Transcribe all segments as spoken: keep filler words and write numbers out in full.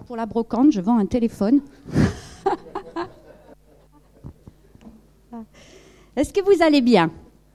pour la brocante, je vends un téléphone. Est-ce que vous allez bien ?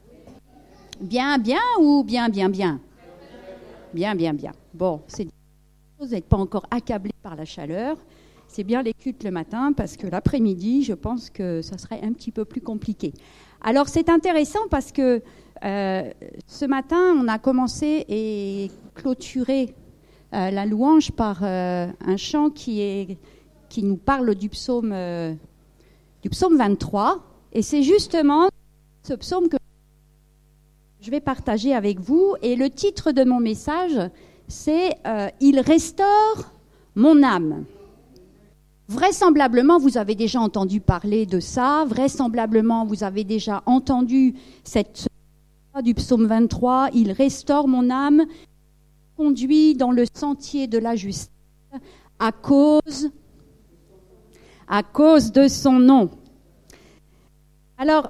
Bien, bien ou bien, bien, bien ? Bien, bien, bien. Bon, c'est vous n'êtes pas encore accablé par la chaleur. C'est bien les cultes le matin parce que l'après-midi, je pense que ça serait un petit peu plus compliqué. Alors, c'est intéressant parce que euh, ce matin, on a commencé et clôturé euh, la louange par euh, un chant qui, est, qui nous parle du psaume, euh, du psaume vingt-trois. Et c'est justement ce psaume que je vais partager avec vous. Et le titre de mon message, c'est euh, « Il restaure mon âme ». Vraisemblablement, vous avez déjà entendu parler de ça. Vraisemblablement, vous avez déjà entendu cette du psaume vingt-trois. « Il restaure mon âme, conduit dans le sentier de la justice à cause, à cause de son nom. » Alors,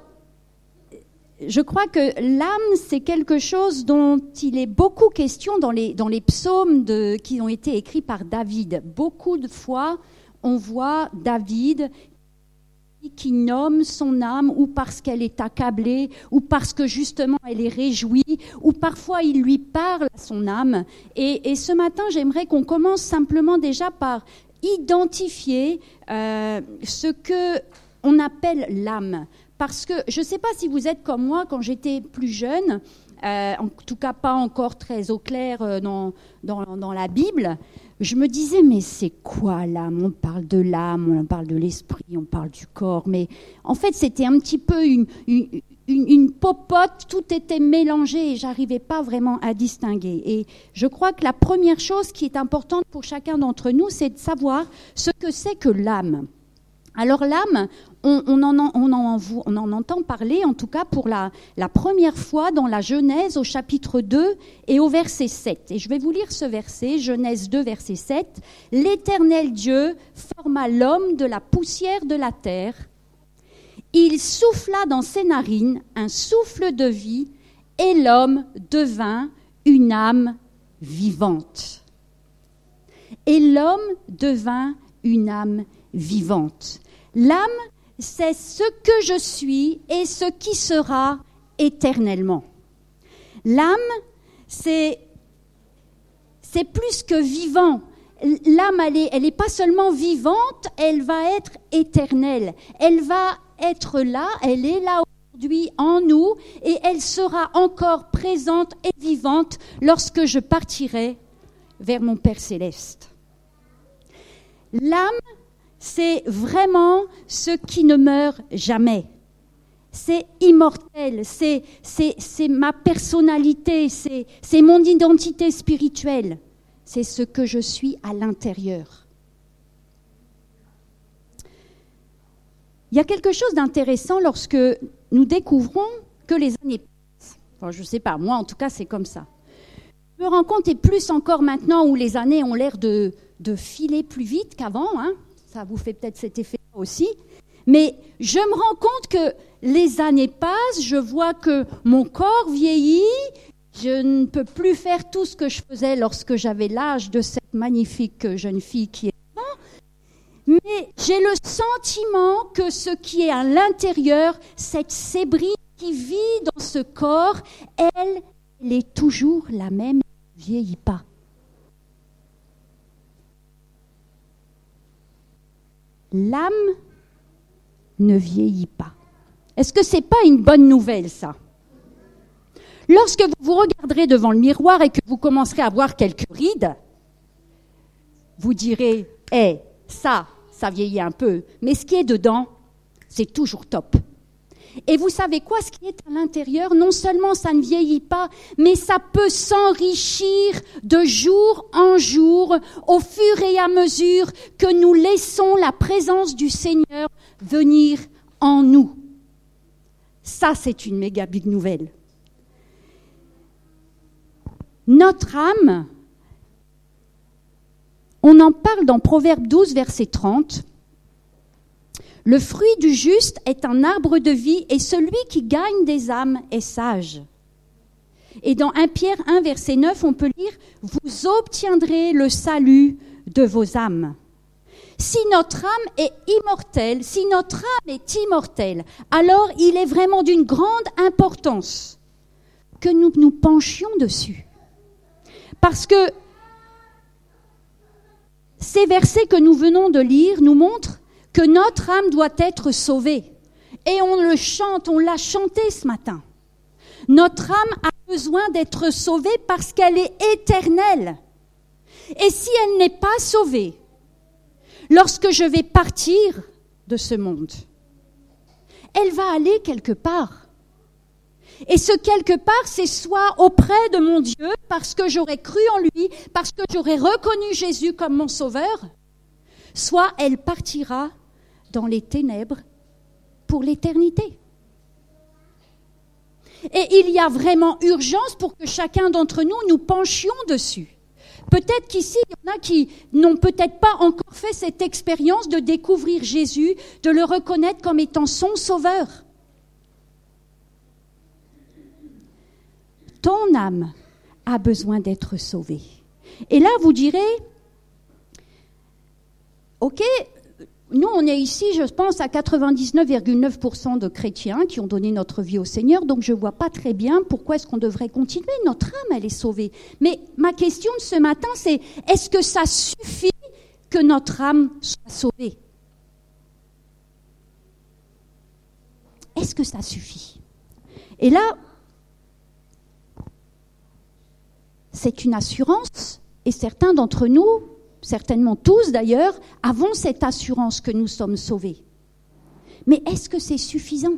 je crois que l'âme, c'est quelque chose dont il est beaucoup question dans les, dans les psaumes de, qui ont été écrits par David. Beaucoup de fois, on voit David qui nomme son âme ou parce qu'elle est accablée ou parce que justement elle est réjouie ou parfois il lui parle à son âme. Et, et ce matin, j'aimerais qu'on commence simplement déjà par identifier euh, ce que on appelle l'âme. Parce que je ne sais pas si vous êtes comme moi quand j'étais plus jeune, euh, en tout cas pas encore très au clair dans, dans, dans la Bible, je me disais mais c'est quoi l'âme ? On parle de l'âme, on parle de l'esprit, on parle du corps, mais en fait c'était un petit peu une, une, une, une popote, tout était mélangé et j'arrivais pas vraiment à distinguer. Et je crois que la première chose qui est importante pour chacun d'entre nous, c'est de savoir ce que c'est que l'âme. Alors l'âme, on, on, en, on, en, on en entend parler, en tout cas pour la, la première fois dans la Genèse au chapitre deux et au verset sept. Et je vais vous lire ce verset, Genèse deux, verset sept. « L'Éternel Dieu forma l'homme de la poussière de la terre. Il souffla dans ses narines un souffle de vie et l'homme devint une âme vivante. » Et l'homme devint une âme vivante. L'âme, c'est ce que je suis et ce qui sera éternellement. L'âme, c'est, c'est plus que vivant. L'âme, elle est, elle est pas seulement vivante, elle va être éternelle. Elle va être là, elle est là aujourd'hui en nous et elle sera encore présente et vivante lorsque je partirai vers mon Père céleste. L'âme, c'est vraiment ce qui ne meurt jamais. C'est immortel, c'est, c'est, c'est ma personnalité, c'est, c'est mon identité spirituelle. C'est ce que je suis à l'intérieur. Il y a quelque chose d'intéressant lorsque nous découvrons que les années passent. Enfin, je ne sais pas, moi en tout cas c'est comme ça. Je me rends compte, et plus encore maintenant où les années ont l'air de, de filer plus vite qu'avant, hein. Ça vous fait peut-être cet effet aussi. Mais je me rends compte que les années passent, je vois que mon corps vieillit, je ne peux plus faire tout ce que je faisais lorsque j'avais l'âge de cette magnifique jeune fille qui est là. Mais j'ai le sentiment que ce qui est à l'intérieur, cette sébrie qui vit dans ce corps, elle, elle est toujours la même, elle ne vieillit pas. L'âme ne vieillit pas. Est-ce que ce n'est pas une bonne nouvelle, ça ? Lorsque vous vous regarderez devant le miroir et que vous commencerez à voir quelques rides, vous direz « Eh, hey, ça, ça vieillit un peu, mais ce qui est dedans, c'est toujours top. » Et vous savez quoi, ce qui est à l'intérieur, non seulement ça ne vieillit pas, mais ça peut s'enrichir de jour en jour, au fur et à mesure que nous laissons la présence du Seigneur venir en nous. Ça, c'est une méga big nouvelle. Notre âme, on en parle dans Proverbe douze, verset trente. Le fruit du juste est un arbre de vie et celui qui gagne des âmes est sage. Et dans un Pierre un, verset neuf, on peut lire « Vous obtiendrez le salut de vos âmes. » Si notre âme est immortelle, si notre âme est immortelle, alors il est vraiment d'une grande importance que nous nous penchions dessus. Parce que ces versets que nous venons de lire nous montrent que notre âme doit être sauvée. Et on le chante, on l'a chanté ce matin. Notre âme a besoin d'être sauvée parce qu'elle est éternelle. Et si elle n'est pas sauvée, lorsque je vais partir de ce monde, elle va aller quelque part. Et ce quelque part, c'est soit auprès de mon Dieu, parce que j'aurais cru en lui, parce que j'aurais reconnu Jésus comme mon sauveur, soit elle partira dans les ténèbres pour l'éternité. Et il y a vraiment urgence pour que chacun d'entre nous nous penchions dessus. Peut-être qu'ici, il y en a qui n'ont peut-être pas encore fait cette expérience de découvrir Jésus, de le reconnaître comme étant son sauveur. Ton âme a besoin d'être sauvée. Et là, vous direz, ok, nous, on est ici, je pense, à quatre-vingt-dix-neuf virgule neuf pour cent de chrétiens qui ont donné notre vie au Seigneur, donc je ne vois pas très bien pourquoi est-ce qu'on devrait continuer. Notre âme, elle est sauvée. Mais ma question de ce matin, c'est, est-ce que ça suffit que notre âme soit sauvée? Est-ce que ça suffit? Et là, c'est une assurance, et certains d'entre nous, certainement tous d'ailleurs, avons cette assurance que nous sommes sauvés. Mais est-ce que c'est suffisant?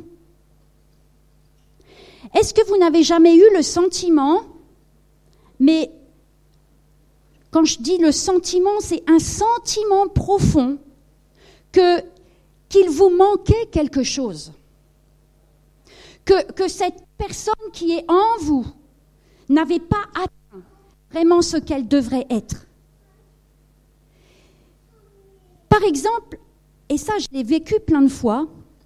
Est-ce que vous n'avez jamais eu le sentiment, mais quand je dis le sentiment, c'est un sentiment profond, que, qu'il vous manquait quelque chose, que, que cette personne qui est en vous n'avait pas atteint vraiment ce qu'elle devrait être. Par exemple, et ça je l'ai vécu plein de fois,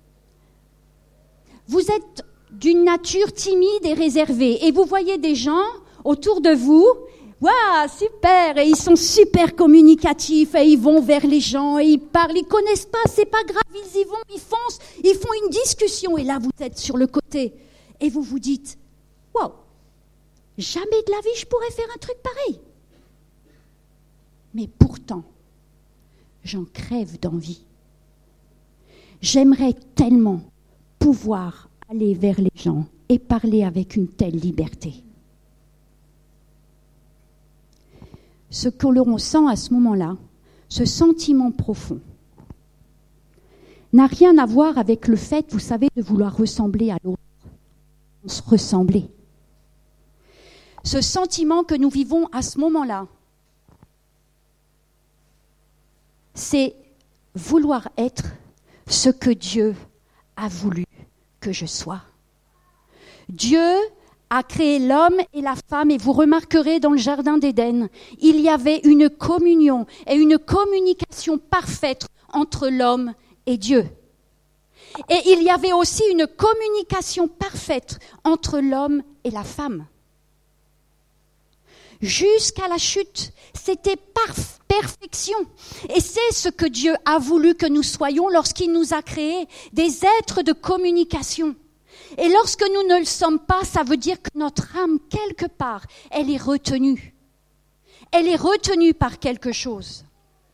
vous êtes d'une nature timide et réservée et vous voyez des gens autour de vous, waouh, super, et ils sont super communicatifs et ils vont vers les gens et ils parlent, ils connaissent pas, c'est pas grave, ils y vont, ils foncent, ils font une discussion et là vous êtes sur le côté et vous vous dites, waouh, jamais de la vie je pourrais faire un truc pareil. Mais pourtant, j'en crève d'envie. J'aimerais tellement pouvoir aller vers les gens et parler avec une telle liberté. Ce que l'on sent à ce moment-là, ce sentiment profond, n'a rien à voir avec le fait, vous savez, de vouloir ressembler à l'autre. Se ressembler. Ce sentiment que nous vivons à ce moment-là, c'est vouloir être ce que Dieu a voulu que je sois. Dieu a créé l'homme et la femme et vous remarquerez dans le jardin d'Éden, il y avait une communion et une communication parfaite entre l'homme et Dieu. Et il y avait aussi une communication parfaite entre l'homme et la femme. Jusqu'à la chute, c'était par perfection. Et c'est ce que Dieu a voulu que nous soyons lorsqu'il nous a créés, des êtres de communication. Et lorsque nous ne le sommes pas, ça veut dire que notre âme, quelque part, elle est retenue. Elle est retenue par quelque chose.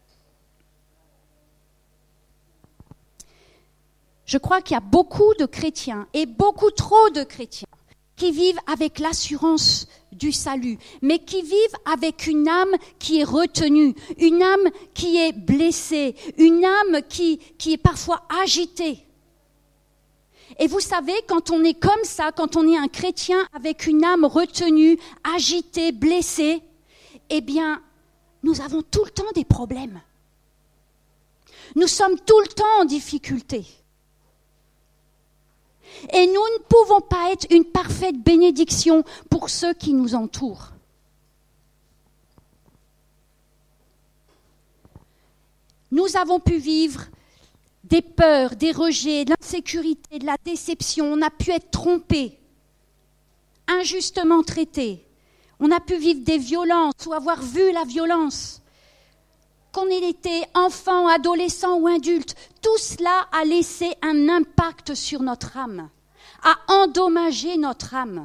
Je crois qu'il y a beaucoup de chrétiens, et beaucoup trop de chrétiens, qui vivent avec l'assurance du salut, mais qui vivent avec une âme qui est retenue, une âme qui est blessée, une âme qui, qui est parfois agitée. Et vous savez, quand on est comme ça, quand on est un chrétien avec une âme retenue, agitée, blessée, eh bien, nous avons tout le temps des problèmes. Nous sommes tout le temps en difficulté. Et nous ne pouvons pas être une parfaite bénédiction pour ceux qui nous entourent. Nous avons pu vivre des peurs, des rejets, de l'insécurité, de la déception. On a pu être trompés, injustement traités. On a pu vivre des violences ou avoir vu la violence. qu'on ait été enfant, adolescent ou adulte, tout cela a laissé un impact sur notre âme, a endommagé notre âme.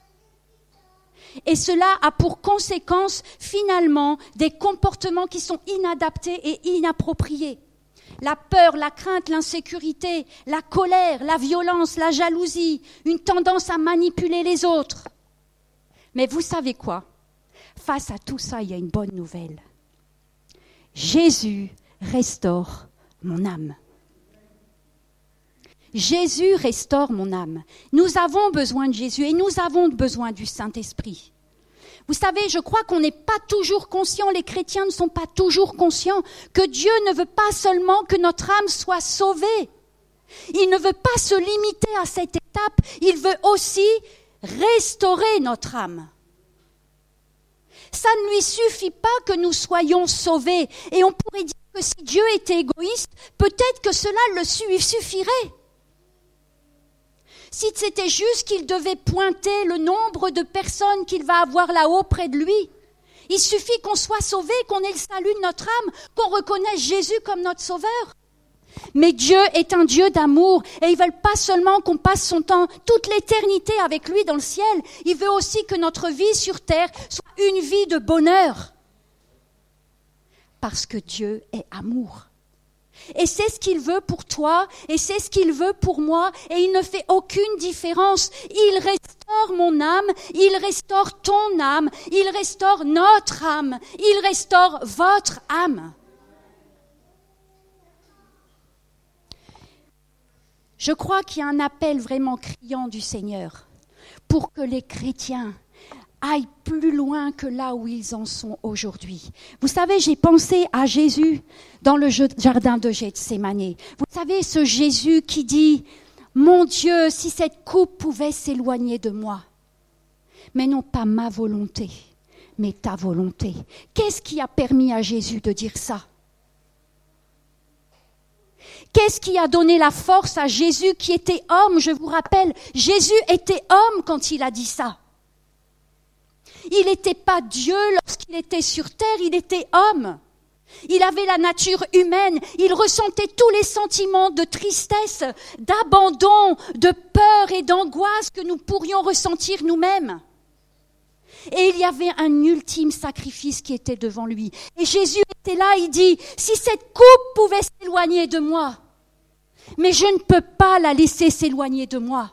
Et cela a pour conséquence, finalement, des comportements qui sont inadaptés et inappropriés. La peur, la crainte, l'insécurité, la colère, la violence, la jalousie, une tendance à manipuler les autres. Mais vous savez quoi ? Face à tout ça, il y a une bonne nouvelle. Jésus restaure mon âme. Jésus restaure mon âme. Nous avons besoin de Jésus et nous avons besoin du Saint-Esprit. Vous savez, je crois qu'on n'est pas toujours conscient, les chrétiens ne sont pas toujours conscients que Dieu ne veut pas seulement que notre âme soit sauvée. Il ne veut pas se limiter à cette étape, il veut aussi restaurer notre âme. Ça ne lui suffit pas que nous soyons sauvés. Et on pourrait dire que si Dieu était égoïste, peut-être que cela le suffirait. Si c'était juste qu'il devait pointer le nombre de personnes qu'il va avoir là-haut près de lui, il suffit qu'on soit sauvé, qu'on ait le salut de notre âme, qu'on reconnaisse Jésus comme notre sauveur. Mais Dieu est un Dieu d'amour et il ne veut pas seulement qu'on passe son temps, toute l'éternité avec lui dans le ciel. Il veut aussi que notre vie sur terre soit une vie de bonheur. Parce que Dieu est amour. Et c'est ce qu'il veut pour toi et c'est ce qu'il veut pour moi et il ne fait aucune différence. Il restaure mon âme, il restaure ton âme, il restaure notre âme, il restaure votre âme. Je crois qu'il y a un appel vraiment criant du Seigneur pour que les chrétiens aillent plus loin que là où ils en sont aujourd'hui. Vous savez, j'ai pensé à Jésus dans le jardin de Gethsémani. Vous savez, ce Jésus qui dit « Mon Dieu, si cette coupe pouvait s'éloigner de moi, mais non pas ma volonté, mais ta volonté. » Qu'est-ce qui a permis à Jésus de dire ça ? Qu'est-ce qui a donné la force à Jésus qui était homme ? Je vous rappelle, Jésus était homme quand il a dit ça. Il n'était pas Dieu lorsqu'il était sur terre, il était homme. Il avait la nature humaine, il ressentait tous les sentiments de tristesse, d'abandon, de peur et d'angoisse que nous pourrions ressentir nous-mêmes. Et il y avait un ultime sacrifice qui était devant lui. Et Jésus était là, il dit, si cette coupe pouvait s'éloigner de moi, mais je ne peux pas la laisser s'éloigner de moi.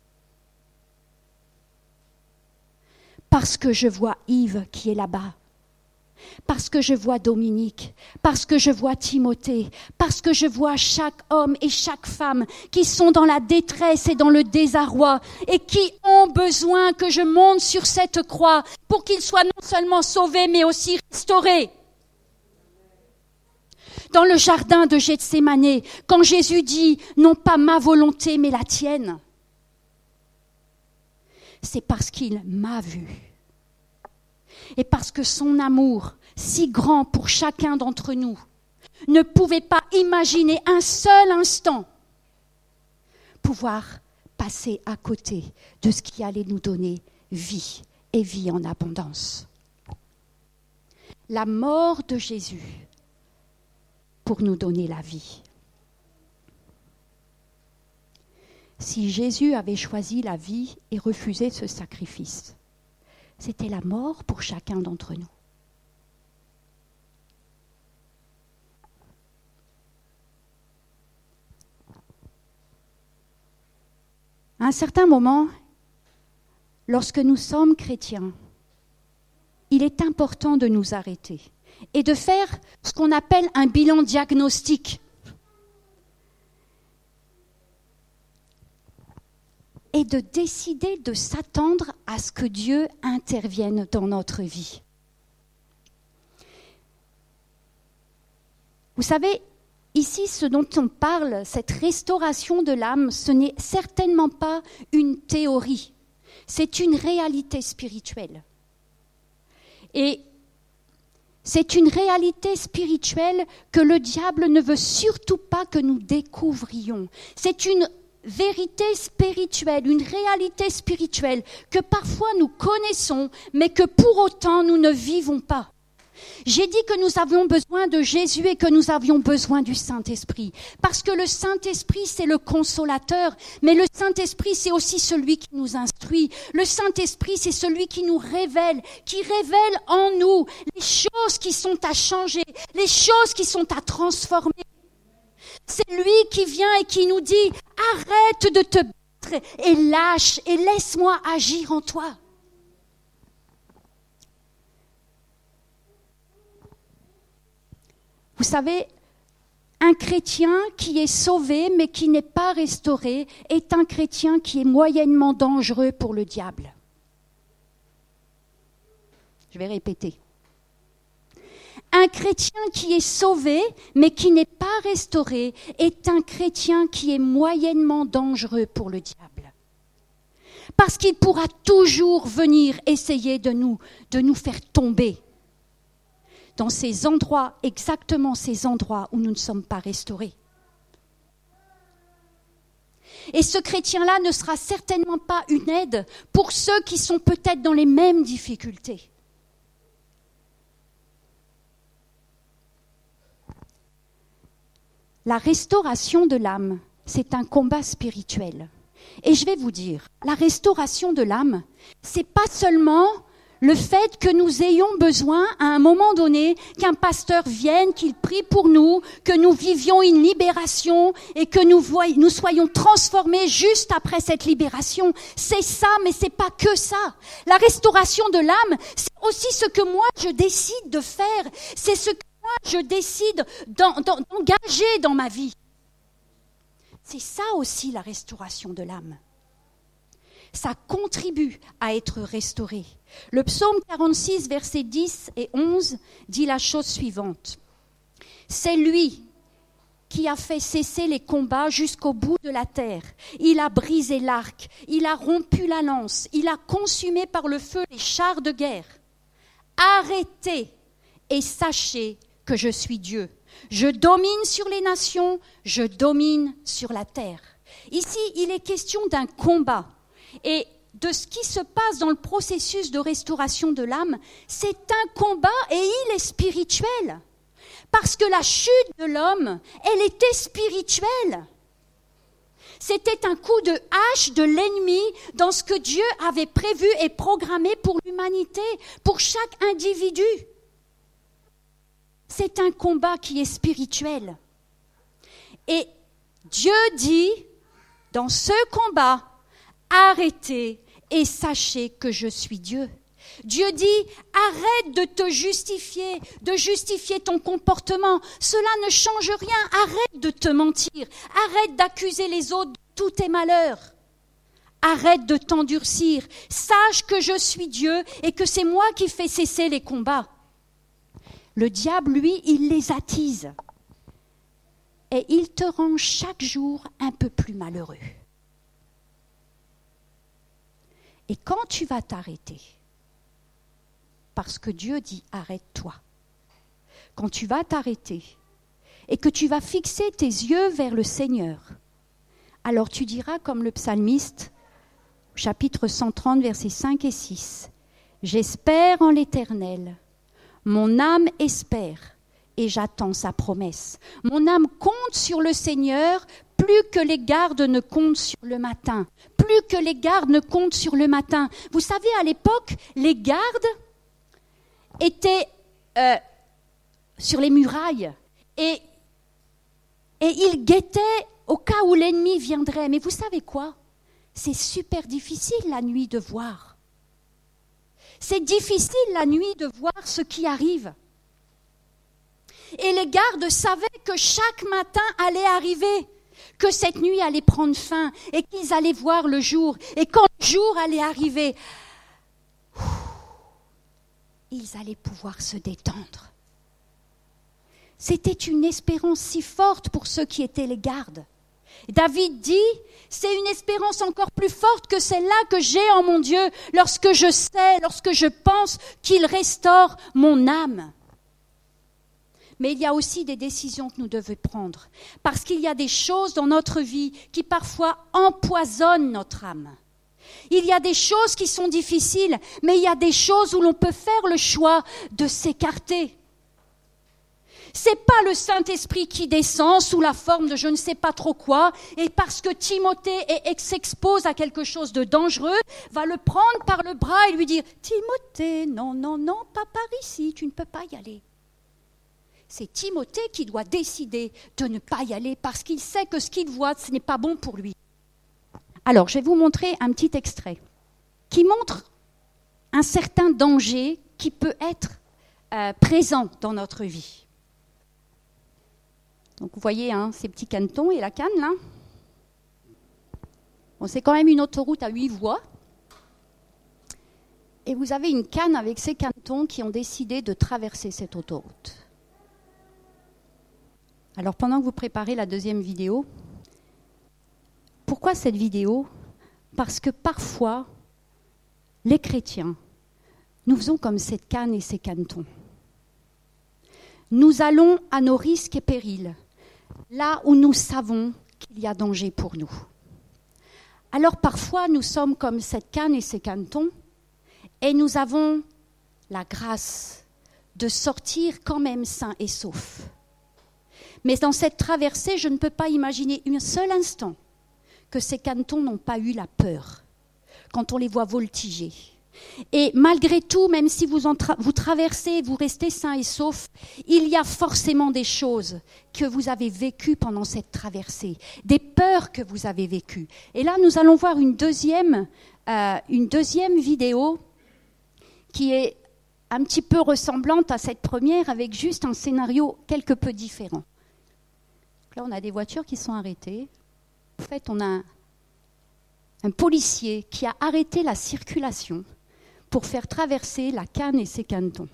Parce que je vois Yves qui est là-bas, parce que je vois Dominique, parce que je vois Timothée, parce que je vois chaque homme et chaque femme qui sont dans la détresse et dans le désarroi et qui ont besoin que je monte sur cette croix pour qu'ils soient non seulement sauvés mais aussi restaurés. Dans le jardin de Gethsémani, quand Jésus dit « non pas ma volonté mais la tienne », c'est parce qu'il m'a vu. Et parce que son amour, si grand pour chacun d'entre nous, ne pouvait pas imaginer un seul instant pouvoir passer à côté de ce qui allait nous donner vie et vie en abondance. La mort de Jésus pour nous donner la vie. Si Jésus avait choisi la vie et refusé ce sacrifice, c'était la mort pour chacun d'entre nous. À un certain moment, lorsque nous sommes chrétiens, il est important de nous arrêter et de faire ce qu'on appelle un bilan diagnostique. Et de décider de s'attendre à ce que Dieu intervienne dans notre vie. Vous savez, ici, ce dont on parle, cette restauration de l'âme, ce n'est certainement pas une théorie, c'est une réalité spirituelle. Et c'est une réalité spirituelle que le diable ne veut surtout pas que nous découvrions. C'est une vérité spirituelle, une réalité spirituelle que parfois nous connaissons, mais que pour autant nous ne vivons pas. J'ai dit que nous avions besoin de Jésus et que nous avions besoin du Saint-Esprit. Parce que le Saint-Esprit, c'est le consolateur, mais le Saint-Esprit, c'est aussi celui qui nous instruit. Le Saint-Esprit, c'est celui qui nous révèle, qui révèle en nous les choses qui sont à changer, les choses qui sont à transformer. C'est lui qui vient et qui nous dit « Arrête de te battre et lâche et laisse-moi agir en toi. » Vous savez, un chrétien qui est sauvé mais qui n'est pas restauré est un chrétien qui est moyennement dangereux pour le diable. Je vais répéter. Un chrétien qui est sauvé mais qui n'est pas restauré est un chrétien qui est moyennement dangereux pour le diable. Parce qu'il pourra toujours venir essayer de nous, de nous faire tomber dans ces endroits, exactement ces endroits où nous ne sommes pas restaurés. Et ce chrétien-là ne sera certainement pas une aide pour ceux qui sont peut-être dans les mêmes difficultés. La restauration de l'âme, c'est un combat spirituel. Et je vais vous dire, la restauration de l'âme, c'est pas seulement le fait que nous ayons besoin, à un moment donné, qu'un pasteur vienne, qu'il prie pour nous, que nous vivions une libération et que nous, voy- nous soyons transformés juste après cette libération. C'est ça, mais c'est pas que ça. La restauration de l'âme, c'est aussi ce que moi je décide de faire. C'est ce que moi je décide d'en- d'en- d'engager dans ma vie. C'est ça aussi la restauration de l'âme. Ça contribue à être restauré. Le psaume quarante-six, versets dix et onze, dit la chose suivante. C'est lui qui a fait cesser les combats jusqu'au bout de la terre. Il a brisé l'arc, il a rompu la lance, il a consumé par le feu les chars de guerre. Arrêtez et sachez que je suis Dieu. Je domine sur les nations, je domine sur la terre. Ici, il est question d'un combat. Et de ce qui se passe dans le processus de restauration de l'âme, c'est un combat et il est spirituel. Parce que la chute de l'homme, elle était spirituelle. C'était un coup de hache de l'ennemi dans ce que Dieu avait prévu et programmé pour l'humanité, pour chaque individu. C'est un combat qui est spirituel. Et Dieu dit, dans ce combat, arrêtez et sachez que je suis Dieu. Dieu dit, arrête de te justifier, de justifier ton comportement. Cela ne change rien. Arrête de te mentir. Arrête d'accuser les autres de tous tes malheurs. Arrête de t'endurcir. Sache que je suis Dieu et que c'est moi qui fais cesser les combats. Le diable, lui, il les attise. Et il te rend chaque jour un peu plus malheureux. Et quand tu vas t'arrêter, parce que Dieu dit arrête-toi, quand tu vas t'arrêter et que tu vas fixer tes yeux vers le Seigneur, alors tu diras comme le psalmiste, chapitre cent trente, versets cinq et six, « J'espère en l'Éternel, mon âme espère et j'attends sa promesse. Mon âme compte sur le Seigneur plus que les gardes ne comptent sur le matin. » Plus que les gardes ne comptent sur le matin. Vous savez, à l'époque, les gardes étaient euh, sur les murailles et, et ils guettaient au cas où l'ennemi viendrait. Mais vous savez quoi? C'est super difficile la nuit de voir. C'est difficile la nuit de voir ce qui arrive. Et les gardes savaient que chaque matin allait arriver, que cette nuit allait prendre fin et qu'ils allaient voir le jour. Et quand le jour allait arriver, ils allaient pouvoir se détendre. C'était une espérance si forte pour ceux qui étaient les gardes. David dit, c'est une espérance encore plus forte que celle-là que j'ai en mon Dieu lorsque je sais, lorsque je pense qu'il restaure mon âme. Mais il y a aussi des décisions que nous devons prendre, parce qu'il y a des choses dans notre vie qui parfois empoisonnent notre âme. Il y a des choses qui sont difficiles, mais il y a des choses où l'on peut faire le choix de s'écarter. C'est pas le Saint-Esprit qui descend sous la forme de je ne sais pas trop quoi, et parce que Timothée est, s'expose à quelque chose de dangereux, va le prendre par le bras et lui dire « Timothée, non, non, non, pas par ici, tu ne peux pas y aller. » C'est Timothée qui doit décider de ne pas y aller parce qu'il sait que ce qu'il voit, ce n'est pas bon pour lui. Alors, je vais vous montrer un petit extrait qui montre un certain danger qui peut être euh, présent dans notre vie. Donc, vous voyez hein, ces petits canetons et la canne, là. Bon, c'est quand même une autoroute à huit voies. Et vous avez une canne avec ces canetons qui ont décidé de traverser cette autoroute. Alors, pendant que vous préparez la deuxième vidéo, pourquoi cette vidéo ? Parce que parfois, les chrétiens, nous faisons comme cette canne et ces canetons. Nous allons à nos risques et périls, là où nous savons qu'il y a danger pour nous. Alors parfois, nous sommes comme cette canne et ces canetons, et nous avons la grâce de sortir quand même sains et saufs. Mais dans cette traversée, je ne peux pas imaginer un seul instant que ces canetons n'ont pas eu la peur quand on les voit voltiger. Et malgré tout, même si vous, en tra- vous traversez, vous restez sains et saufs, il y a forcément des choses que vous avez vécues pendant cette traversée, des peurs que vous avez vécues. Et là, nous allons voir une deuxième, euh, une deuxième vidéo qui est un petit peu ressemblante à cette première, avec juste un scénario quelque peu différent. Là, on a des voitures qui sont arrêtées. En fait, on a un, un policier qui a arrêté la circulation pour faire traverser la canne et ses canetons.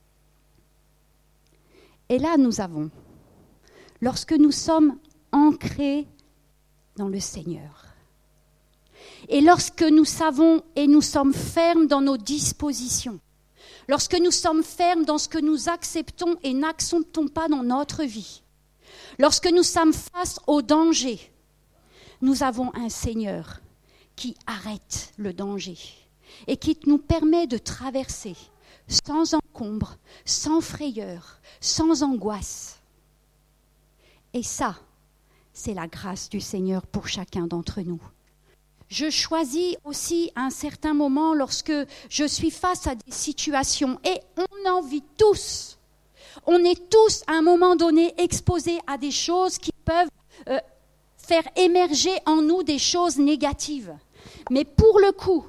Et là, nous avons, lorsque nous sommes ancrés dans le Seigneur, et lorsque nous savons et nous sommes fermes dans nos dispositions, lorsque nous sommes fermes dans ce que nous acceptons et n'acceptons pas dans notre vie, lorsque nous sommes face au danger, nous avons un Seigneur qui arrête le danger et qui nous permet de traverser sans encombre, sans frayeur, sans angoisse. Et ça, c'est la grâce du Seigneur pour chacun d'entre nous. Je choisis aussi à un certain moment lorsque je suis face à des situations, et on en vit tous. On est tous à un moment donné exposés à des choses qui peuvent euh, faire émerger en nous des choses négatives. Mais pour le coup,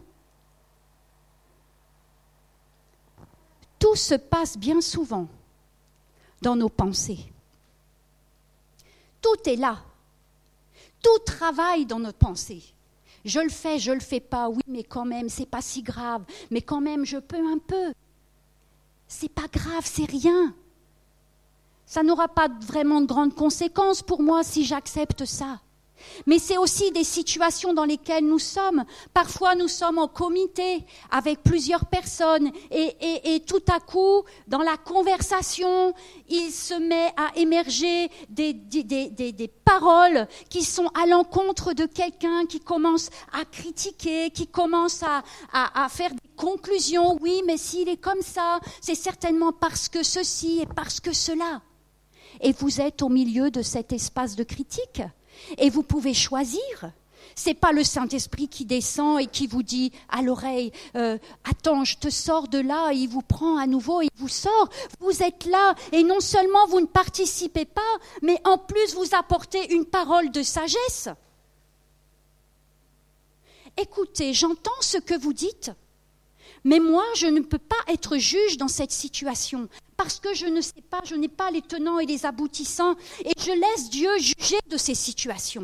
tout se passe bien souvent dans nos pensées. Tout est là. Tout travaille dans notre pensée. Je le fais, je le fais pas, oui, mais quand même, c'est pas si grave. Mais quand même, je peux un peu. C'est pas grave, c'est rien. Ça n'aura pas vraiment de grandes conséquences pour moi si j'accepte ça. Mais c'est aussi des situations dans lesquelles nous sommes. Parfois, nous sommes en comité avec plusieurs personnes et, et, et tout à coup, dans la conversation, il se met à émerger des, des, des, des paroles qui sont à l'encontre de quelqu'un qui commence à critiquer, qui commence à, à, à faire des conclusions. Oui, mais s'il est comme ça, c'est certainement parce que ceci et parce que cela. Et vous êtes au milieu de cet espace de critique. Et vous pouvez choisir. C'est pas le Saint-Esprit qui descend et qui vous dit à l'oreille euh, « Attends, je te sors de là » et il vous prend à nouveau et il vous sort. Vous êtes là et non seulement vous ne participez pas, mais en plus vous apportez une parole de sagesse. Écoutez, j'entends ce que vous dites, mais moi je ne peux pas être juge dans cette situation. Parce que je ne sais pas, je n'ai pas les tenants et les aboutissants, et je laisse Dieu juger de ces situations.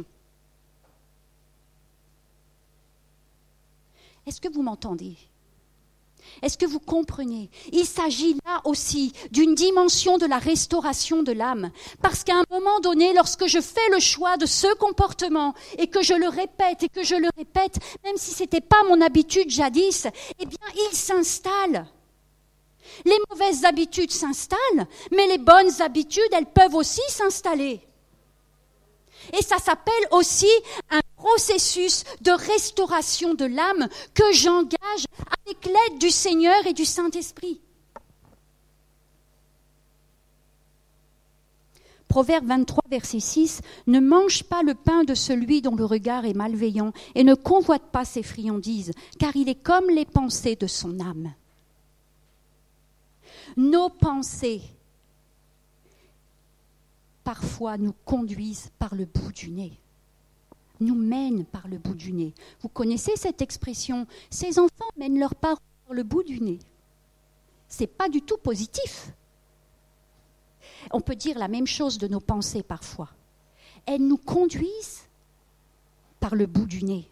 Est-ce que vous m'entendez ? Est-ce que vous comprenez ? Il s'agit là aussi d'une dimension de la restauration de l'âme. Parce qu'à un moment donné, lorsque je fais le choix de ce comportement, et que je le répète, et que je le répète, même si ce n'était pas mon habitude jadis, eh bien, il s'installe. Les mauvaises habitudes s'installent, mais les bonnes habitudes, elles peuvent aussi s'installer. Et ça s'appelle aussi un processus de restauration de l'âme que j'engage avec l'aide du Seigneur et du Saint-Esprit. Proverbe vingt-trois, verset six, « Ne mange pas le pain de celui dont le regard est malveillant et ne convoite pas ses friandises, car il est comme les pensées de son âme. » Nos pensées, parfois, nous conduisent par le bout du nez, nous mènent par le bout du nez. Vous connaissez cette expression, « Ces enfants mènent leurs parents par le bout du nez ». Ce n'est pas du tout positif. On peut dire la même chose de nos pensées parfois. Elles nous conduisent par le bout du nez.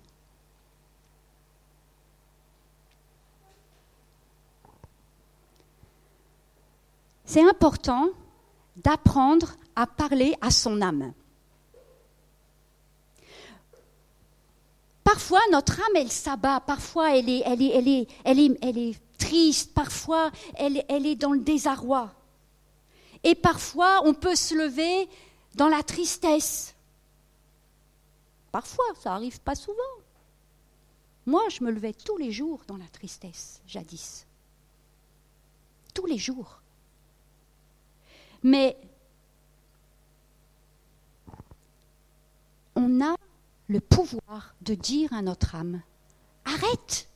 C'est important d'apprendre à parler à son âme. Parfois, notre âme, elle s'abat. Parfois, elle est, elle est, elle est, elle est, elle est triste. Parfois, elle, elle est dans le désarroi. Et parfois, on peut se lever dans la tristesse. Parfois, ça n'arrive pas souvent. Moi, je me levais tous les jours dans la tristesse, jadis. Tous les jours. Mais on a le pouvoir de dire à notre âme, arrête,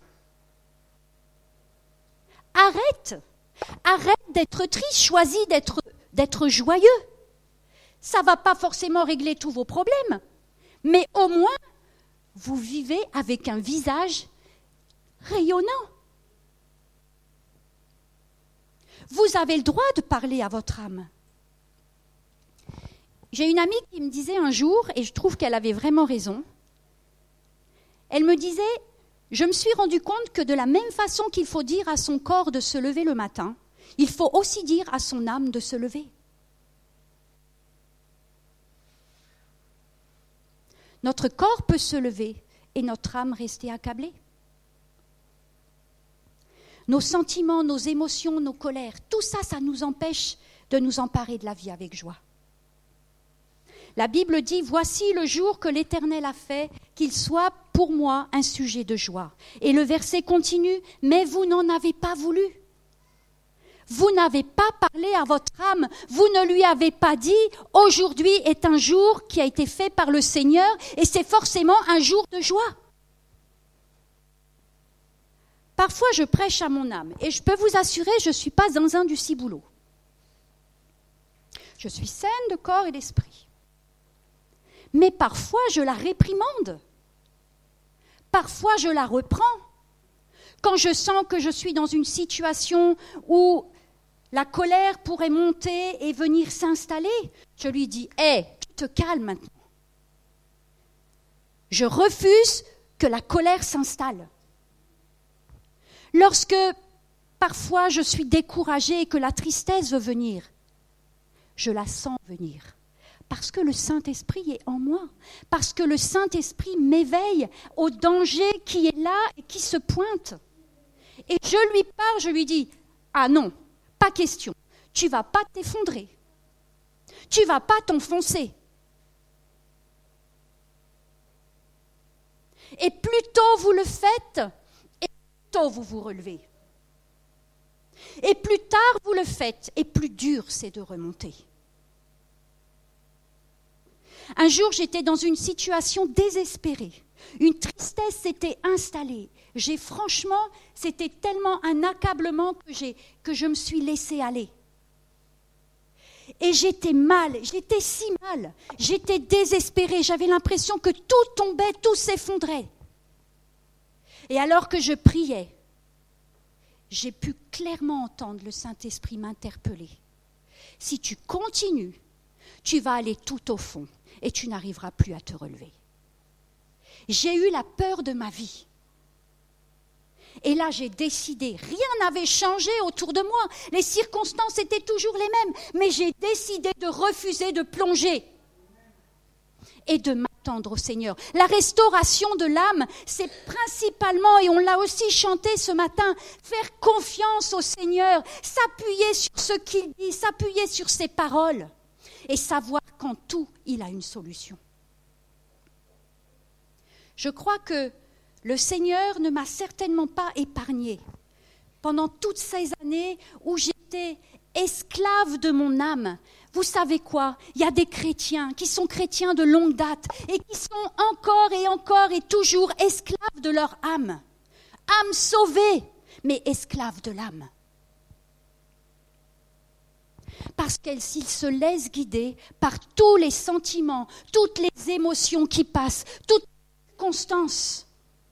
arrête, arrête d'être triste, choisis d'être, d'être joyeux. Ça ne va pas forcément régler tous vos problèmes, mais au moins, vous vivez avec un visage rayonnant. Vous avez le droit de parler à votre âme. J'ai une amie qui me disait un jour, et je trouve qu'elle avait vraiment raison, elle me disait, je me suis rendu compte que de la même façon qu'il faut dire à son corps de se lever le matin, il faut aussi dire à son âme de se lever. Notre corps peut se lever et notre âme rester accablée. Nos sentiments, nos émotions, nos colères, tout ça, ça nous empêche de nous emparer de la vie avec joie. La Bible dit, voici le jour que l'Éternel a fait, qu'il soit pour moi un sujet de joie. Et le verset continue, mais vous n'en avez pas voulu. Vous n'avez pas parlé à votre âme, vous ne lui avez pas dit, aujourd'hui est un jour qui a été fait par le Seigneur et c'est forcément un jour de joie. Parfois, je prêche à mon âme et je peux vous assurer, je ne suis pas zinzin du ciboulot. Je suis saine de corps et d'esprit. Mais parfois, je la réprimande. Parfois, je la reprends. Quand je sens que je suis dans une situation où la colère pourrait monter et venir s'installer, je lui dis « Hé, tu te calmes maintenant. Je refuse que la colère s'installe. » Lorsque parfois je suis découragée et que la tristesse veut venir, je la sens venir. Parce que le Saint-Esprit est en moi. Parce que le Saint-Esprit m'éveille au danger qui est là et qui se pointe. Et je lui parle, je lui dis, ah non, pas question, tu ne vas pas t'effondrer, tu ne vas pas t'enfoncer. Et plus tôt vous le faites, et plus tôt vous vous relevez. Et plus tard vous le faites, et plus dur c'est de remonter. Un jour, j'étais dans une situation désespérée. Une tristesse s'était installée. J'ai franchement, c'était tellement un accablement que, j'ai, que je me suis laissée aller. Et j'étais mal, j'étais si mal, j'étais désespérée, j'avais l'impression que tout tombait, tout s'effondrait. Et alors que je priais, j'ai pu clairement entendre le Saint-Esprit m'interpeller. Si tu continues, tu vas aller tout au fond et tu n'arriveras plus à te relever. J'ai eu la peur de ma vie. Et là, j'ai décidé, rien n'avait changé autour de moi, les circonstances étaient toujours les mêmes, mais j'ai décidé de refuser de plonger et de m'attendre au Seigneur. La restauration de l'âme, c'est principalement, et on l'a aussi chanté ce matin, faire confiance au Seigneur, s'appuyer sur ce qu'il dit, s'appuyer sur ses paroles et savoir qu'en tout, il a une solution. Je crois que le Seigneur ne m'a certainement pas épargnée pendant toutes ces années où j'étais esclave de mon âme. Vous savez quoi? Il y a des chrétiens qui sont chrétiens de longue date et qui sont encore et encore et toujours esclaves de leur âme. Âme sauvée, mais esclaves de l'âme. Parce qu'ils se laissent guider par tous les sentiments, toutes les émotions qui passent, toutes les circonstances.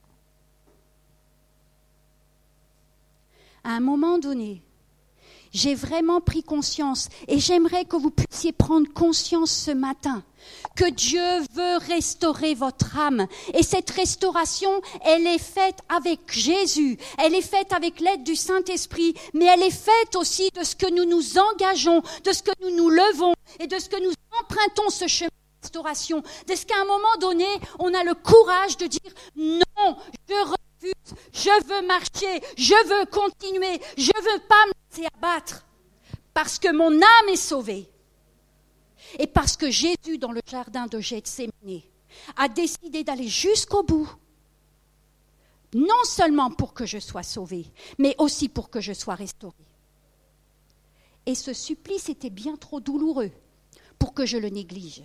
À un moment donné, j'ai vraiment pris conscience et j'aimerais que vous puissiez prendre conscience ce matin que Dieu veut restaurer votre âme. Et cette restauration, elle est faite avec Jésus, elle est faite avec l'aide du Saint-Esprit, mais elle est faite aussi de ce que nous nous engageons, de ce que nous nous levons et de ce que nous empruntons ce chemin de restauration. De ce qu'à un moment donné, on a le courage de dire non, je refuse, je veux marcher, je veux continuer, je ne veux pas me laisser abattre parce que mon âme est sauvée. Et parce que Jésus, dans le jardin de Gethsémani, a décidé d'aller jusqu'au bout, non seulement pour que je sois sauvée, mais aussi pour que je sois restaurée. Et ce supplice était bien trop douloureux pour que je le néglige.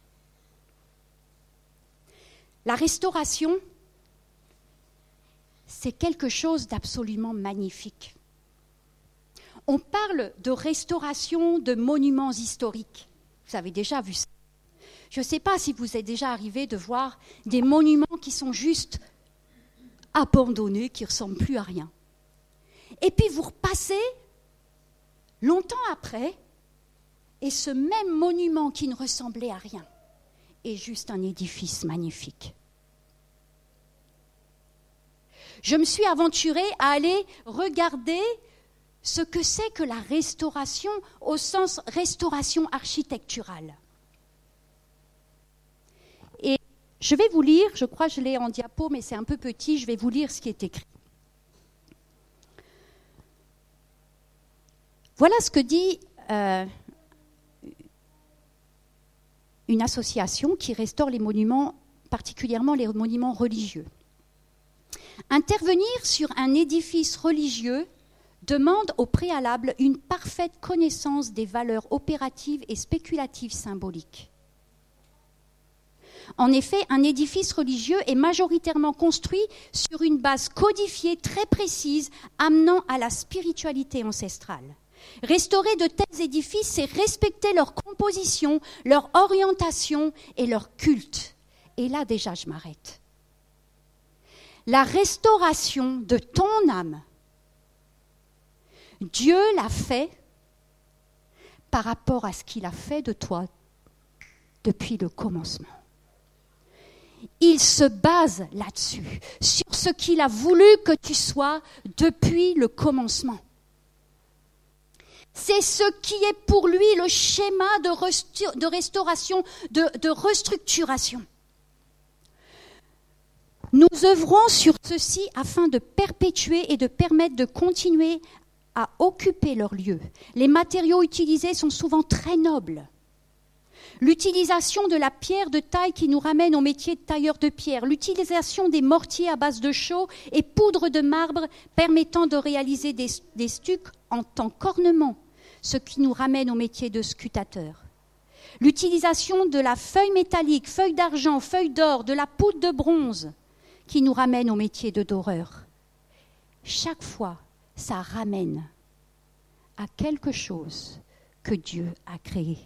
La restauration, c'est quelque chose d'absolument magnifique. On parle de restauration de monuments historiques. Vous avez déjà vu ça. Je ne sais pas si vous êtes déjà arrivé de voir des monuments qui sont juste abandonnés, qui ne ressemblent plus à rien. Et puis vous repassez longtemps après, et ce même monument qui ne ressemblait à rien est juste un édifice magnifique. Je me suis aventurée à aller regarder ce que c'est que la restauration au sens restauration architecturale. Et je vais vous lire, je crois que je l'ai en diapo, mais c'est un peu petit, je vais vous lire ce qui est écrit. Voilà ce que dit euh, une association qui restaure les monuments, particulièrement les monuments religieux. Intervenir sur un édifice religieux demande au préalable une parfaite connaissance des valeurs opératives et spéculatives symboliques. En effet, un édifice religieux est majoritairement construit sur une base codifiée très précise, amenant à la spiritualité ancestrale. Restaurer de tels édifices, c'est respecter leur composition, leur orientation et leur culte. Et là déjà, je m'arrête. La restauration de ton âme, Dieu l'a fait par rapport à ce qu'il a fait de toi depuis le commencement. Il se base là-dessus, sur ce qu'il a voulu que tu sois depuis le commencement. C'est ce qui est pour lui le schéma de, restur- de restauration, de, de restructuration. Nous œuvrons sur ceci afin de perpétuer et de permettre de continuer à occuper leur lieu. Les matériaux utilisés sont souvent très nobles. L'utilisation de la pierre de taille qui nous ramène au métier de tailleur de pierre, l'utilisation des mortiers à base de chaux et poudre de marbre permettant de réaliser des, des stucs en tant qu'ornement, ce qui nous ramène au métier de scutateur. L'utilisation de la feuille métallique, feuille d'argent, feuille d'or, de la poudre de bronze, qui nous ramène au métier de doreur. Chaque fois, ça ramène à quelque chose que Dieu a créé.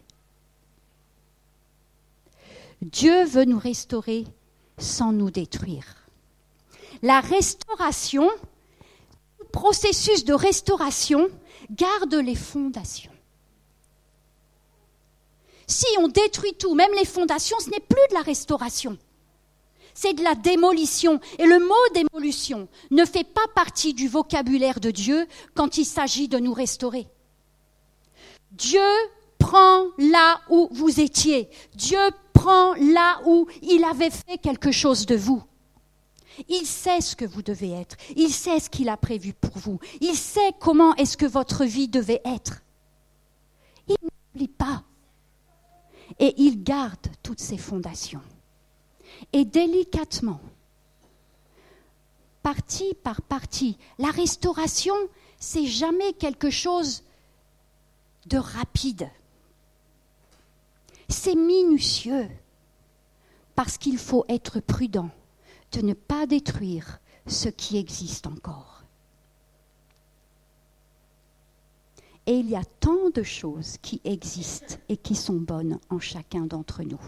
Dieu veut nous restaurer sans nous détruire. La restauration, le processus de restauration, garde les fondations. Si on détruit tout, même les fondations, ce n'est plus de la restauration. C'est de la démolition. Et le mot démolition ne fait pas partie du vocabulaire de Dieu quand il s'agit de nous restaurer. Dieu prend là où vous étiez. Dieu prend là où il avait fait quelque chose de vous. Il sait ce que vous devez être. Il sait ce qu'il a prévu pour vous. Il sait comment est-ce que votre vie devait être. Il n'oublie pas. Et il garde toutes ces fondations. Et délicatement, partie par partie. La restauration, c'est jamais quelque chose de rapide. C'est minutieux, parce qu'il faut être prudent de ne pas détruire ce qui existe encore. Et il y a tant de choses qui existent et qui sont bonnes en chacun d'entre nous.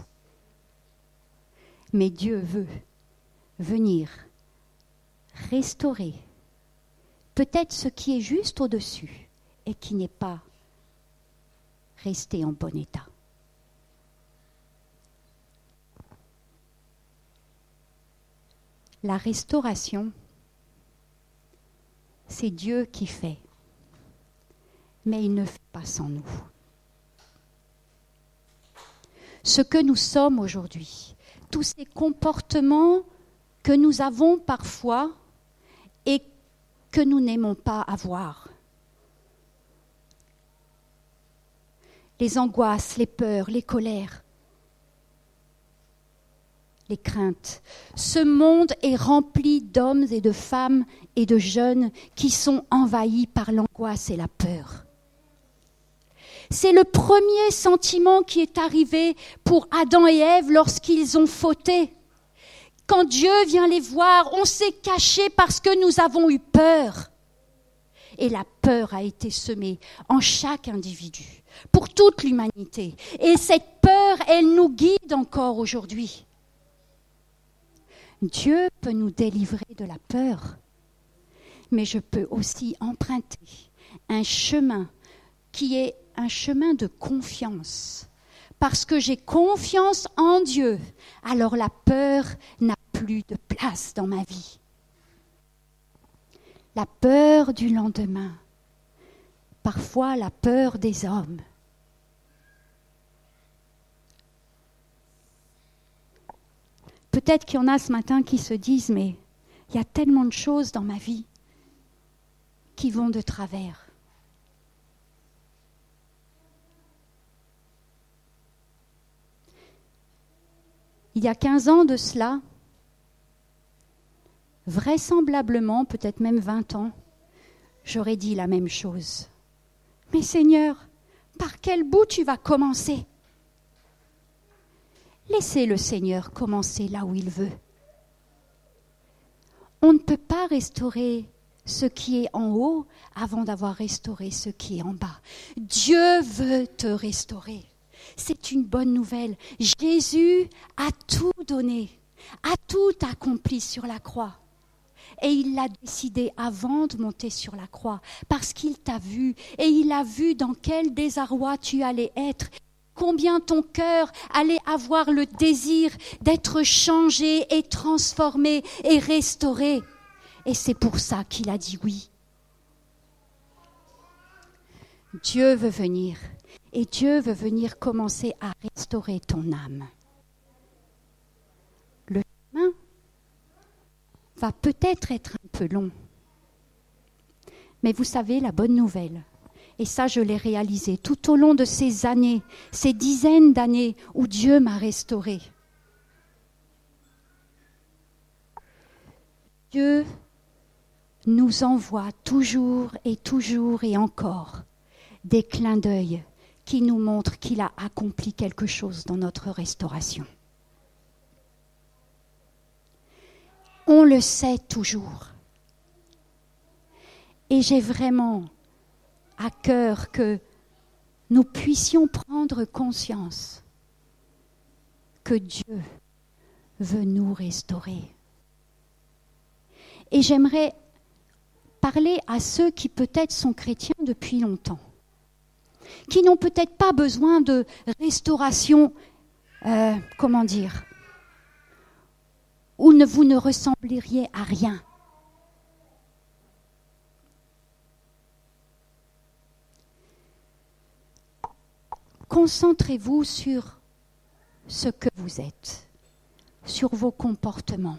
Mais Dieu veut venir restaurer peut-être ce qui est juste au-dessus et qui n'est pas resté en bon état. La restauration, c'est Dieu qui fait, mais il ne fait pas sans nous. Ce que nous sommes aujourd'hui, tous ces comportements que nous avons parfois et que nous n'aimons pas avoir. Les angoisses, les peurs, les colères, les craintes. Ce monde est rempli d'hommes et de femmes et de jeunes qui sont envahis par l'angoisse et la peur. C'est le premier sentiment qui est arrivé pour Adam et Ève lorsqu'ils ont fauté. Quand Dieu vient les voir, on s'est caché parce que nous avons eu peur. Et la peur a été semée en chaque individu, pour toute l'humanité. Et cette peur, elle nous guide encore aujourd'hui. Dieu peut nous délivrer de la peur, mais je peux aussi emprunter un chemin qui est un chemin de confiance. Parce que j'ai confiance en Dieu, alors la peur n'a plus de place dans ma vie. La peur du lendemain, parfois la peur des hommes. Peut-être qu'il y en a ce matin qui se disent, mais il y a tellement de choses dans ma vie qui vont de travers. Il y a quinze ans de cela, vraisemblablement, peut-être même vingt ans, j'aurais dit la même chose. Mais Seigneur, par quel bout tu vas commencer ? Laissez le Seigneur commencer là où il veut. On ne peut pas restaurer ce qui est en haut avant d'avoir restauré ce qui est en bas. Dieu veut te restaurer. C'est une bonne nouvelle. Jésus a tout donné, a tout accompli sur la croix. Et il l'a décidé avant de monter sur la croix, parce qu'il t'a vu, et il a vu dans quel désarroi tu allais être, combien ton cœur allait avoir le désir d'être changé et transformé et restauré. Et c'est pour ça qu'il a dit oui. Dieu veut venir. Et Dieu veut venir commencer à restaurer ton âme. Le chemin va peut-être être un peu long. Mais vous savez, la bonne nouvelle, et ça je l'ai réalisé tout au long de ces années, ces dizaines d'années où Dieu m'a restaurée. Dieu nous envoie toujours et toujours et encore des clins d'œil qui nous montre qu'il a accompli quelque chose dans notre restauration. On le sait toujours. Et j'ai vraiment à cœur que nous puissions prendre conscience que Dieu veut nous restaurer. Et j'aimerais parler à ceux qui peut-être sont chrétiens depuis longtemps, qui n'ont peut-être pas besoin de restauration, euh, comment dire, où ne, vous ne ressembleriez à rien. Concentrez-vous sur ce que vous êtes, sur vos comportements,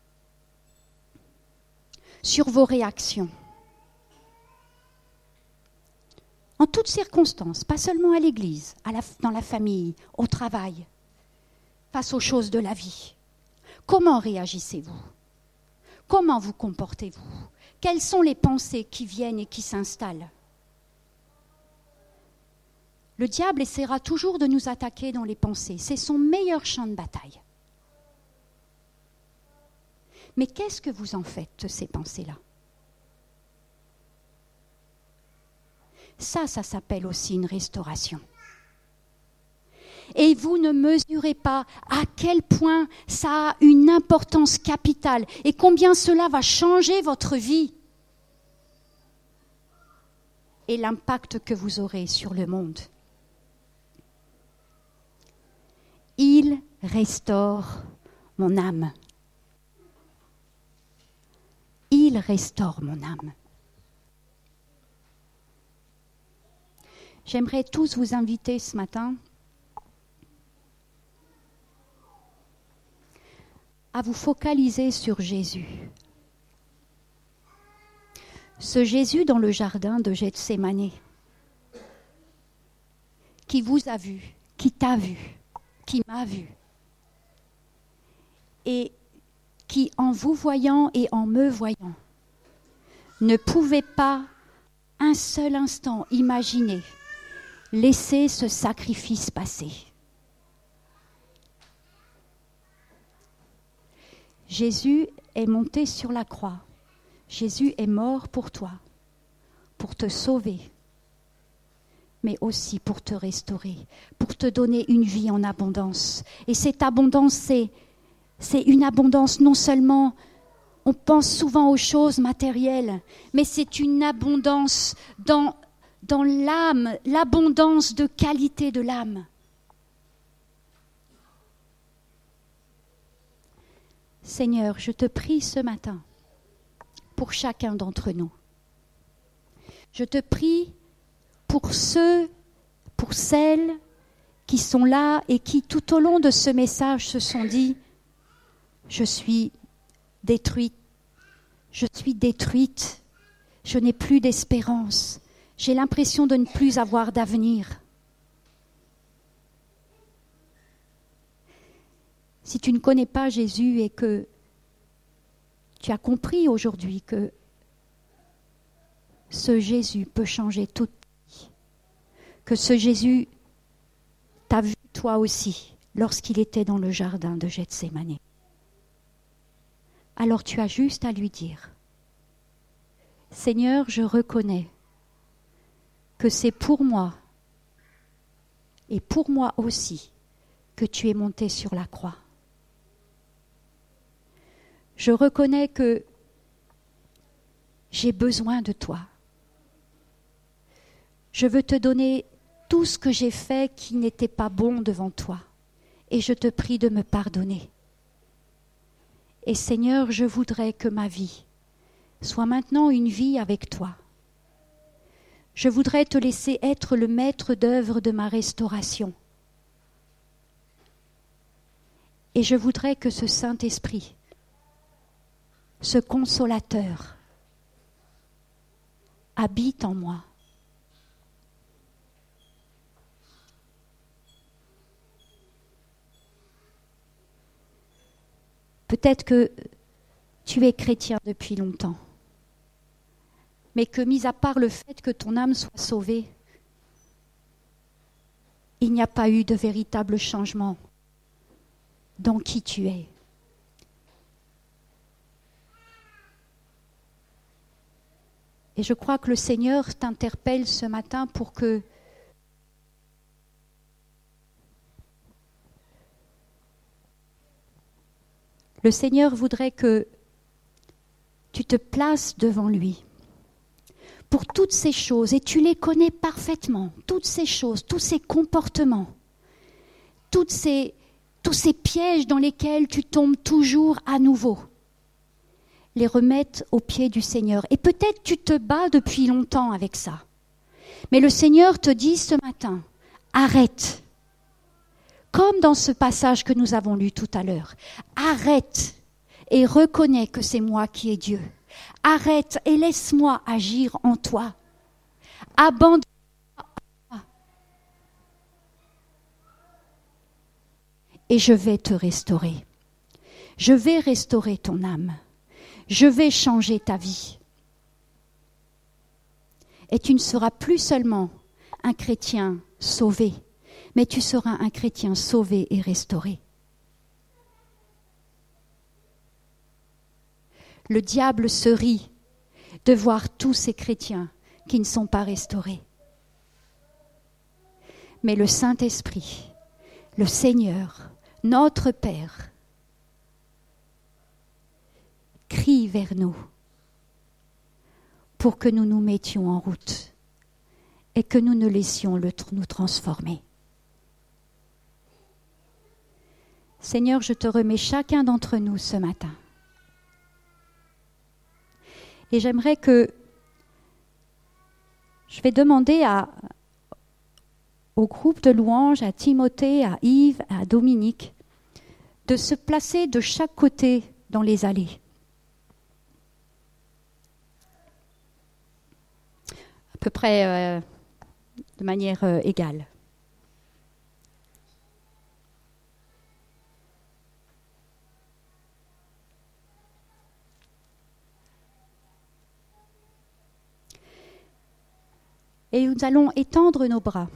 sur vos réactions. En toutes circonstances, pas seulement à l'église, à la, dans la famille, au travail, face aux choses de la vie. Comment réagissez-vous ? Comment vous comportez-vous? Quelles sont les pensées qui viennent et qui s'installent? Le diable essaiera toujours de nous attaquer dans les pensées. C'est son meilleur champ de bataille. Mais qu'est-ce que vous en faites de ces pensées-là? Ça, ça s'appelle aussi une restauration. Et vous ne mesurez pas à quel point ça a une importance capitale et combien cela va changer votre vie et l'impact que vous aurez sur le monde. Il restaure mon âme. Il restaure mon âme. J'aimerais tous vous inviter ce matin à vous focaliser sur Jésus. Ce Jésus dans le jardin de Gethsémani, qui vous a vu, qui t'a vu, qui m'a vu, et qui, en vous voyant et en me voyant, ne pouvait pas un seul instant imaginer laisser ce sacrifice passer. Jésus est monté sur la croix. Jésus est mort pour toi, pour te sauver, mais aussi pour te restaurer, pour te donner une vie en abondance. Et cette abondance, c'est, c'est une abondance non seulement, on pense souvent aux choses matérielles, mais c'est une abondance dans, dans l'âme, l'abondance de qualité de l'âme. Seigneur, je te prie ce matin pour chacun d'entre nous. Je te prie pour ceux, pour celles qui sont là et qui tout au long de ce message se sont dit « Je suis détruite, je suis détruite, je n'ai plus d'espérance, j'ai l'impression de ne plus avoir d'avenir. » Si tu ne connais pas Jésus et que tu as compris aujourd'hui que ce Jésus peut changer toute ta vie, que ce Jésus t'a vu toi aussi lorsqu'il était dans le jardin de Gethsémani, alors tu as juste à lui dire « Seigneur, je reconnais que c'est pour moi et pour moi aussi que tu es monté sur la croix. Je reconnais que j'ai besoin de toi. Je veux te donner tout ce que j'ai fait qui n'était pas bon devant toi. Et je te prie de me pardonner. Et Seigneur, je voudrais que ma vie soit maintenant une vie avec toi. Je voudrais te laisser être le maître d'œuvre de ma restauration. Et je voudrais que ce Saint-Esprit, ce consolateur, habite en moi. Peut-être que tu es chrétien depuis longtemps, mais que, mis à part le fait que ton âme soit sauvée, il n'y a pas eu de véritable changement dans qui tu es. Et je crois que le Seigneur t'interpelle ce matin pour que le Seigneur voudrait que tu te places devant lui pour toutes ces choses, et tu les connais parfaitement, toutes ces choses, tous ces comportements, toutes ces, tous ces pièges dans lesquels tu tombes toujours à nouveau. Les remettre aux pieds du Seigneur. Et peut-être tu te bats depuis longtemps avec ça. Mais le Seigneur te dit ce matin, arrête. Comme dans ce passage que nous avons lu tout à l'heure. Arrête et reconnais que c'est moi qui ai Dieu. Arrête et laisse-moi agir en toi. Abandonne-toi en moi. Et je vais te restaurer. Je vais restaurer ton âme. Je vais changer ta vie. Et tu ne seras plus seulement un chrétien sauvé, mais tu seras un chrétien sauvé et restauré. Le diable se rit de voir tous ces chrétiens qui ne sont pas restaurés. Mais le Saint-Esprit, le Seigneur, notre Père, crie vers nous pour que nous nous mettions en route et que nous ne laissions le nous transformer. Seigneur, je te remets chacun d'entre nous ce matin. Et j'aimerais que je vais demander à, au groupe de louanges, à Timothée, à Yves, à Dominique, de se placer de chaque côté dans les allées. À peu près euh, de manière euh, égale. Et nous allons étendre nos bras.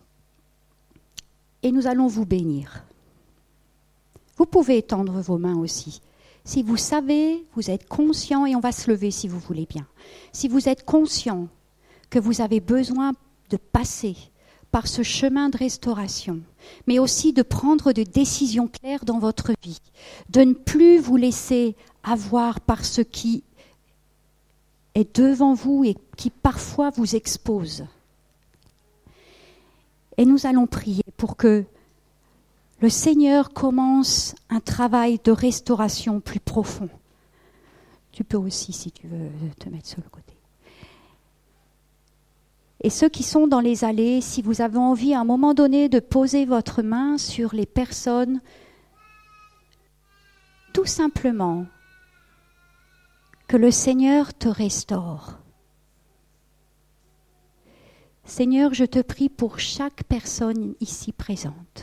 Et nous allons vous bénir. Vous pouvez étendre vos mains aussi. Si vous savez, vous êtes conscient, et on va se lever si vous voulez bien. Si vous êtes conscient que vous avez besoin de passer par ce chemin de restauration, mais aussi de prendre des décisions claires dans votre vie, de ne plus vous laisser avoir par ce qui est devant vous et qui parfois vous expose. Et nous allons prier pour que le Seigneur commence un travail de restauration plus profond. Tu peux aussi, si tu veux, te mettre sur le côté. Et ceux qui sont dans les allées, si vous avez envie à un moment donné de poser votre main sur les personnes, tout simplement, que le Seigneur te restaure. Seigneur, je te prie pour chaque personne ici présente.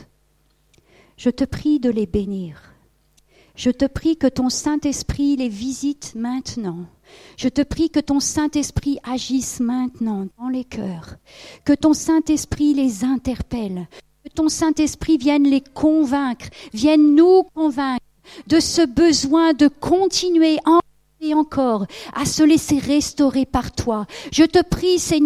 Je te prie de les bénir. Je te prie que ton Saint-Esprit les visite maintenant. Je te prie que ton Saint-Esprit agisse maintenant dans les cœurs. Que ton Saint-Esprit les interpelle. Que ton Saint-Esprit vienne les convaincre, vienne nous convaincre de ce besoin de continuer encore et encore à se laisser restaurer par toi. Je te prie, Seigneur,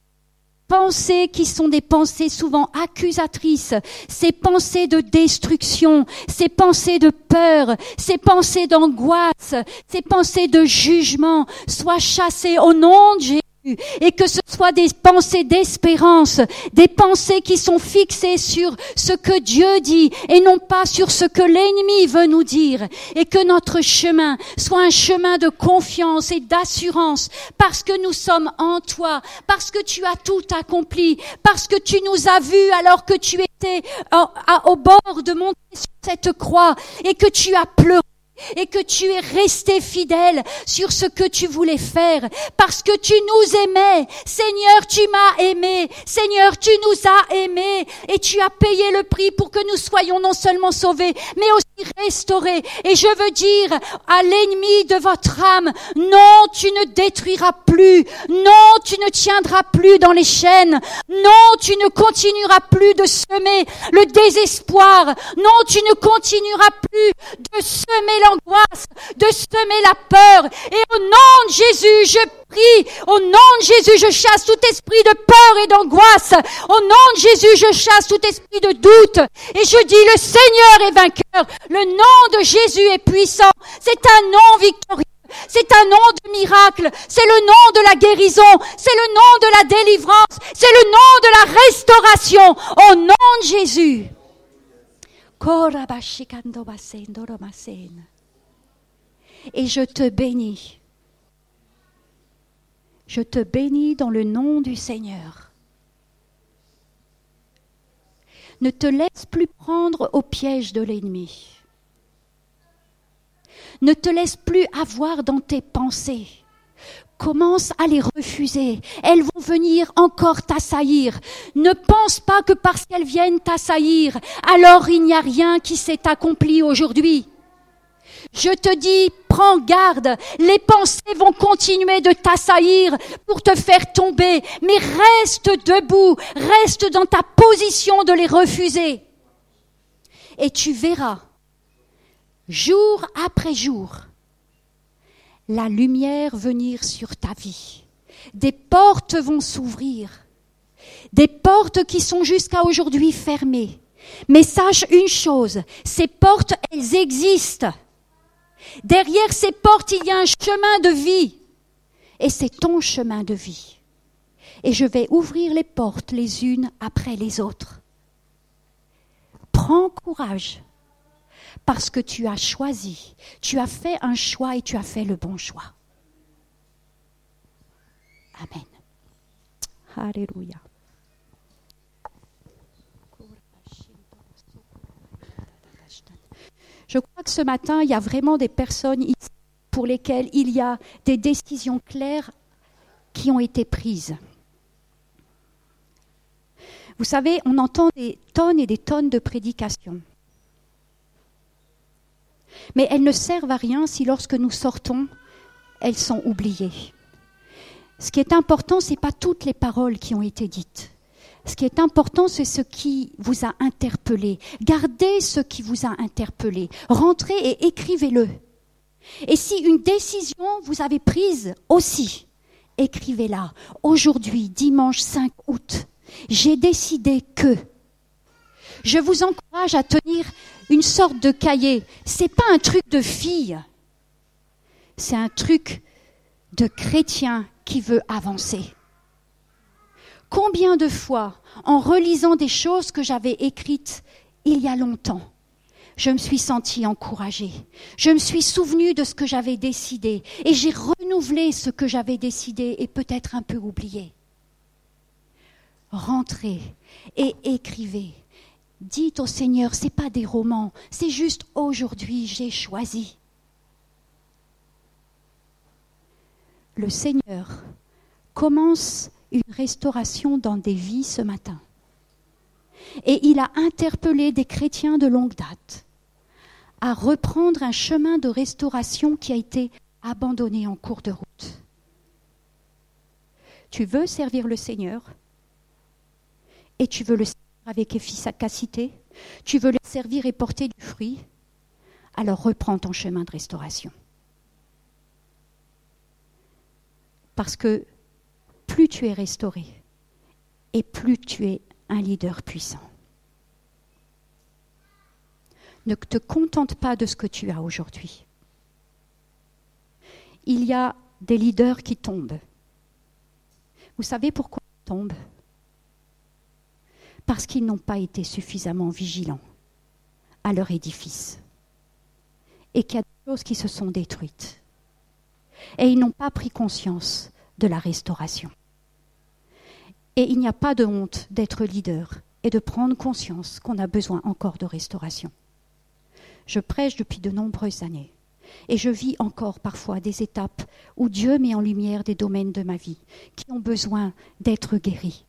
pensées qui sont des pensées souvent accusatrices, ces pensées de destruction, ces pensées de peur, ces pensées d'angoisse, ces pensées de jugement, soient chassées au nom de Jésus. Et que ce soit des pensées d'espérance, des pensées qui sont fixées sur ce que Dieu dit et non pas sur ce que l'ennemi veut nous dire. Et que notre chemin soit un chemin de confiance et d'assurance parce que nous sommes en toi, parce que tu as tout accompli, parce que tu nous as vus alors que tu étais au, au bord de monter sur cette croix et que tu as pleuré. Et que tu es resté fidèle sur ce que tu voulais faire, parce que tu nous aimais. Seigneur, tu m'as aimé. Seigneur, tu nous as aimés. Et tu as payé le prix pour que nous soyons non seulement sauvés, mais aussi restaurés. Et je veux dire à l'ennemi de votre âme, non, tu ne détruiras plus. Non, tu ne tiendras plus dans les chaînes. Non, tu ne continueras plus de semer le désespoir. Non, tu ne continueras plus de semer l'angoisse, de semer la peur. Et au nom de Jésus, je prie, au nom de Jésus, je chasse tout esprit de peur et d'angoisse. Au nom de Jésus, je chasse tout esprit de doute. Et je dis, le Seigneur est vainqueur. Le nom de Jésus est puissant. C'est un nom victorieux. C'est un nom de miracle. C'est le nom de la guérison. C'est le nom de la délivrance. C'est le nom de la restauration. Au nom de Jésus. Et je te bénis. Je te bénis dans le nom du Seigneur. Ne te laisse plus prendre au piège de l'ennemi. Ne te laisse plus avoir dans tes pensées. Commence à les refuser. Elles vont venir encore t'assaillir. Ne pense pas que parce qu'elles viennent t'assaillir, alors il n'y a rien qui s'est accompli aujourd'hui. Je te dis, prends garde, les pensées vont continuer de t'assaillir pour te faire tomber, mais reste debout, reste dans ta position de les refuser. Et tu verras, jour après jour, la lumière venir sur ta vie. Des portes vont s'ouvrir, des portes qui sont jusqu'à aujourd'hui fermées. Mais sache une chose, ces portes, elles existent. Derrière ces portes, il y a un chemin de vie. Et c'est ton chemin de vie. Et je vais ouvrir les portes les unes après les autres. Prends courage, parce que tu as choisi, tu as fait un choix et tu as fait le bon choix. Amen. Alléluia. Je crois que ce matin, il y a vraiment des personnes ici pour lesquelles il y a des décisions claires qui ont été prises. Vous savez, on entend des tonnes et des tonnes de prédications. Mais elles ne servent à rien si lorsque nous sortons, elles sont oubliées. Ce qui est important, ce n'est pas toutes les paroles qui ont été dites. Ce qui est important, c'est ce qui vous a interpellé. Gardez ce qui vous a interpellé. Rentrez et écrivez-le. Et si une décision vous avez prise aussi, écrivez-la. Aujourd'hui, dimanche cinq août, j'ai décidé que. Je vous encourage à tenir une sorte de cahier. Ce n'est pas un truc de fille. C'est un truc de chrétien qui veut avancer. Combien de fois, en relisant des choses que j'avais écrites il y a longtemps, je me suis sentie encouragée. Je me suis souvenue de ce que j'avais décidé et j'ai renouvelé ce que j'avais décidé et peut-être un peu oublié. Rentrez et écrivez. Dites au Seigneur, ce n'est pas des romans, c'est juste aujourd'hui j'ai choisi. Le Seigneur commence une restauration dans des vies ce matin. Et il a interpellé des chrétiens de longue date à reprendre un chemin de restauration qui a été abandonné en cours de route. Tu veux servir le Seigneur et tu veux le servir avec efficacité, tu veux le servir et porter du fruit, alors reprends ton chemin de restauration. Parce que plus tu es restauré et plus tu es un leader puissant. Ne te contente pas de ce que tu as aujourd'hui. Il y a des leaders qui tombent. Vous savez pourquoi ils tombent ? Parce qu'ils n'ont pas été suffisamment vigilants à leur édifice et qu'il y a des choses qui se sont détruites. Et ils n'ont pas pris conscience de la restauration. Et il n'y a pas de honte d'être leader et de prendre conscience qu'on a besoin encore de restauration. Je prêche depuis de nombreuses années et je vis encore parfois des étapes où Dieu met en lumière des domaines de ma vie qui ont besoin d'être guéris.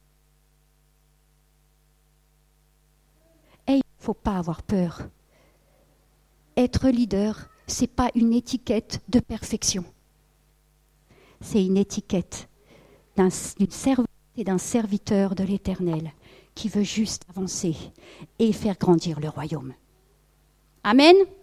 Et il ne faut pas avoir peur. Être leader, ce n'est pas une étiquette de perfection. C'est une étiquette d'un, d'une servante et d'un serviteur de l'Éternel qui veut juste avancer et faire grandir le royaume. Amen.